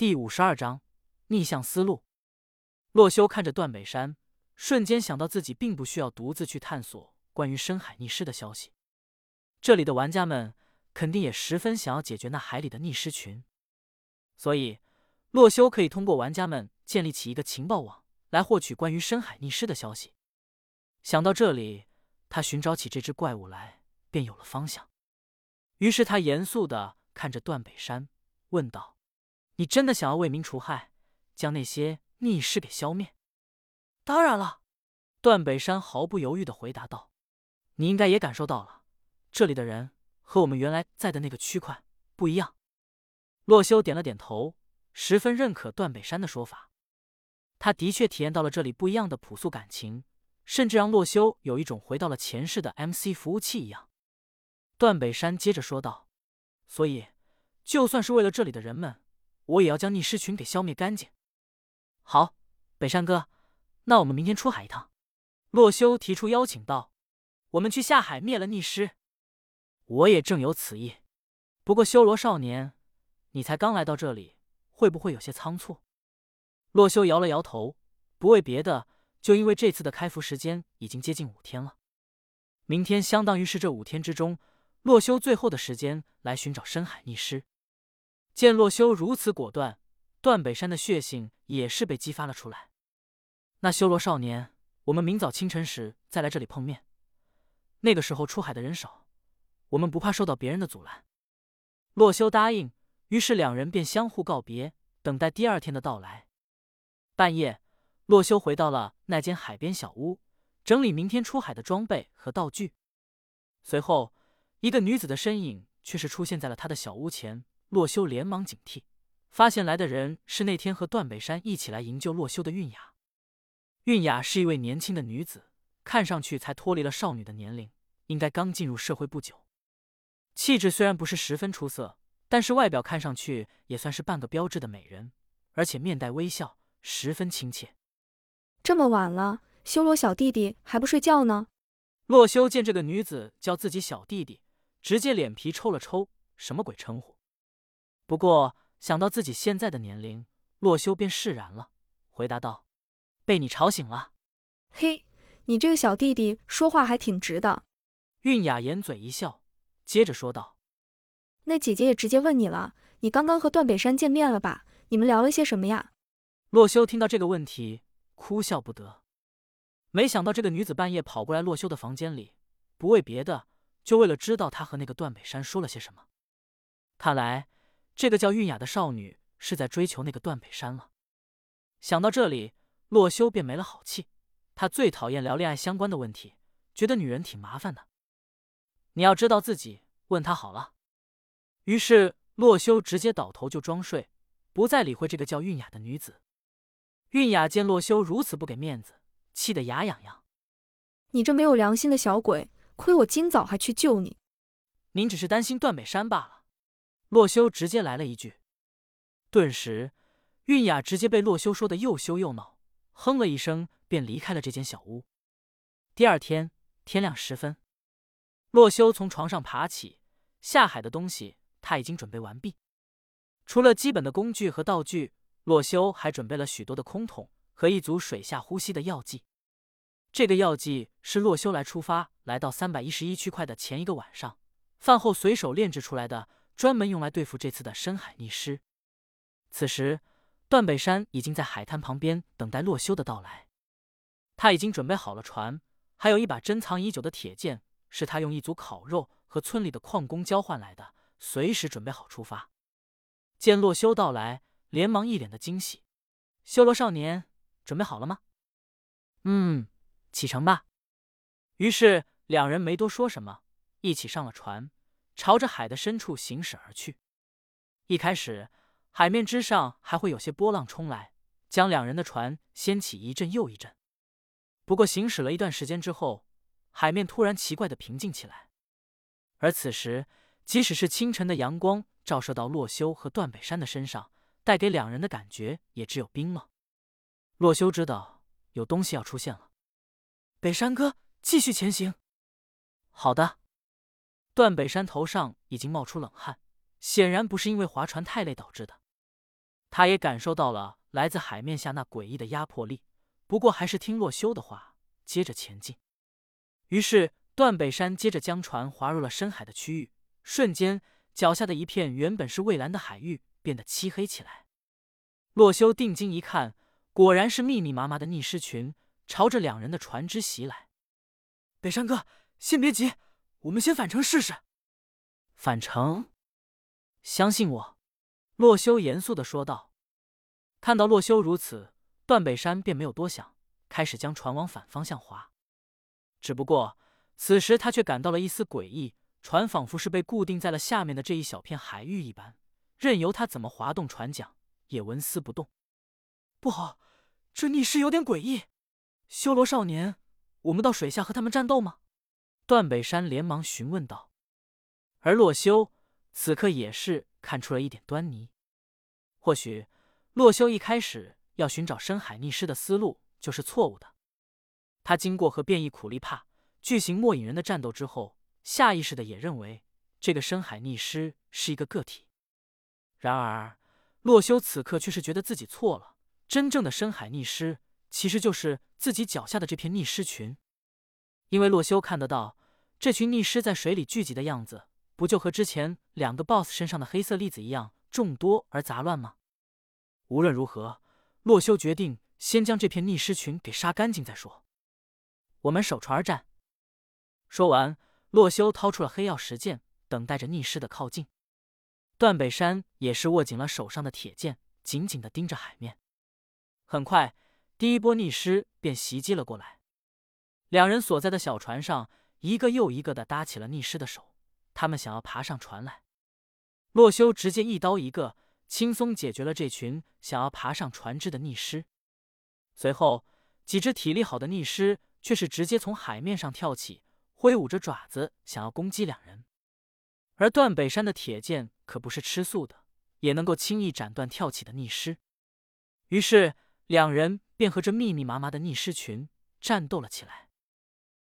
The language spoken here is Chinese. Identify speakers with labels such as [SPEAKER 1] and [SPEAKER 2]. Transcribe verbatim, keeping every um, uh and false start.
[SPEAKER 1] 第五十二章逆向思路。洛修看着断北山，瞬间想到自己并不需要独自去探索关于深海溺尸的消息。这里的玩家们肯定也十分想要解决那海里的溺尸群，所以洛修可以通过玩家们建立起一个情报网，来获取关于深海溺尸的消息。想到这里，他寻找起这只怪物来便有了方向。于是他严肃地看着断北山，问道：“你真的想要为民除害，将那些溺尸给消灭？”“当然了。”断北山毫不犹豫地回答道。“你应该也感受到了，这里的人和我们原来在的那个区块不一样。”洛修点了点头，十分认可断北山的说法。他的确体验到了这里不一样的朴素感情，甚至让洛修有一种回到了前世的 M C 服务器一样。断北山接着说道：“所以，就算是为了这里的人们，我也要将溺尸群给消灭干净。”“好，北山哥，那我们明天出海一趟。”洛修提出邀请道：“我们去下海灭了溺尸。”“我也正有此意，不过修罗少年，你才刚来到这里，会不会有些仓促？”洛修摇了摇头，不为别的，就因为这次的开服时间已经接近五天了。明天相当于是这五天之中洛修最后的时间来寻找深海溺尸。见洛修如此果断，断北山的血性也是被激发了出来。“那修罗少年，我们明早清晨时再来这里碰面，那个时候出海的人少，我们不怕受到别人的阻拦。”洛修答应，于是两人便相互告别，等待第二天的到来。半夜，洛修回到了那间海边小屋，整理明天出海的装备和道具。随后，一个女子的身影却是出现在了他的小屋前。洛修连忙警惕，发现来的人是那天和断北山一起来营救洛修的韵雅。韵雅是一位年轻的女子，看上去才脱离了少女的年龄，应该刚进入社会不久。气质虽然不是十分出色，但是外表看上去也算是半个标致的美人，而且面带微笑，十分亲切。
[SPEAKER 2] “这么晚了，修罗小弟弟还不睡觉呢？”
[SPEAKER 1] 洛修见这个女子叫自己小弟弟，直接脸皮抽了抽，什么鬼称呼？不过想到自己现在的年龄，洛修便释然了，回答道：“被你吵醒了。”“
[SPEAKER 2] 嘿，你这个小弟弟说话还挺直的。”
[SPEAKER 1] 韵雅掩嘴一笑，接着说道：“
[SPEAKER 2] 那姐姐也直接问你了，你刚刚和断北山见面了吧？你们聊了些什么呀？”
[SPEAKER 1] 洛修听到这个问题，哭笑不得。没想到这个女子半夜跑过来洛修的房间里，不为别的，就为了知道他和那个断北山说了些什么。看来这个叫韵雅的少女是在追求那个断北山了。想到这里，洛修便没了好气。他最讨厌聊恋爱相关的问题，觉得女人挺麻烦的。你要知道自己，问她好了。于是洛修直接倒头就装睡，不再理会这个叫韵雅的女子。韵雅见洛修如此不给面子，气得牙痒痒。
[SPEAKER 2] “你这没有良心的小鬼，亏我今早还去救你。”“
[SPEAKER 1] 您只是担心断北山罢了。”洛修直接来了一句。顿时韵雅直接被洛修说的又羞又恼，哼了一声便离开了这间小屋。第二天天亮时分，洛修从床上爬起，下海的东西他已经准备完毕。除了基本的工具和道具，洛修还准备了许多的空桶和一组水下呼吸的药剂。这个药剂是洛修来出发来到三百一十一区块的前一个晚上，饭后随手炼制出来的，专门用来对付这次的深海溺尸。此时断北山已经在海滩旁边等待洛修的到来。他已经准备好了船，还有一把珍藏已久的铁剑，是他用一组烤肉和村里的矿工交换来的，随时准备好出发。见洛修到来，连忙一脸的惊喜：“修罗少年，准备好了吗？”“嗯，启程吧。”于是两人没多说什么，一起上了船，朝着海的深处行驶而去。一开始海面之上还会有些波浪冲来，将两人的船掀起一阵又一阵。不过行驶了一段时间之后，海面突然奇怪的平静起来。而此时即使是清晨的阳光照射到洛修和断北山的身上，带给两人的感觉也只有冰冷。洛修知道有东西要出现了。“北山哥，继续前行。”“好的。”断北山头上已经冒出冷汗，显然不是因为划船太累导致的。 他也感受到了来自海面下那诡异的压迫力，不过还是听洛修的话，接着前进。于是段北山接着将船划入了深海的区域，瞬间脚下的一片原本是蔚蓝的海域变得漆黑起来。洛修定睛一看，果然是密密麻麻的逆尸群朝着两人的船只袭来。北山哥，先别急，我们先返程试试。返程？相信我，洛修严肃地说道。看到洛修如此，段北山便没有多想，开始将船往反方向划。只不过此时他却感到了一丝诡异，船仿佛是被固定在了下面的这一小片海域一般，任由他怎么滑动船桨也纹丝不动。不好，这逆尸有点诡异。修罗少年，我们到水下和他们战斗吗？段北山连忙询问道。而洛修此刻也是看出了一点端倪。或许洛修一开始要寻找深海逆尸的思路就是错误的。他经过和变异苦力怕、巨型末影人的战斗之后，下意识的也认为这个深海逆尸是一个个体。然而洛修此刻却是觉得自己错了，真正的深海逆尸其实就是自己脚下的这片逆尸群。因为洛修看得到这群逆尸在水里聚集的样子，不就和之前两个 B O S S 身上的黑色粒子一样众多而杂乱吗？无论如何，洛修决定先将这片逆尸群给杀干净再说。我们守船而战。说完，洛修掏出了黑曜石剑，等待着逆尸的靠近。段北山也是握紧了手上的铁剑，紧紧地盯着海面。很快，第一波逆尸便袭击了过来。两人所在的小船上，一个又一个地搭起了逆尸的手，他们想要爬上船来。洛修直接一刀一个，轻松解决了这群想要爬上船只的逆尸。随后，几只体力好的逆尸却是直接从海面上跳起，挥舞着爪子想要攻击两人。而段北山的铁剑可不是吃素的，也能够轻易斩断跳起的逆尸。于是两人便和这密密麻麻的逆尸群战斗了起来。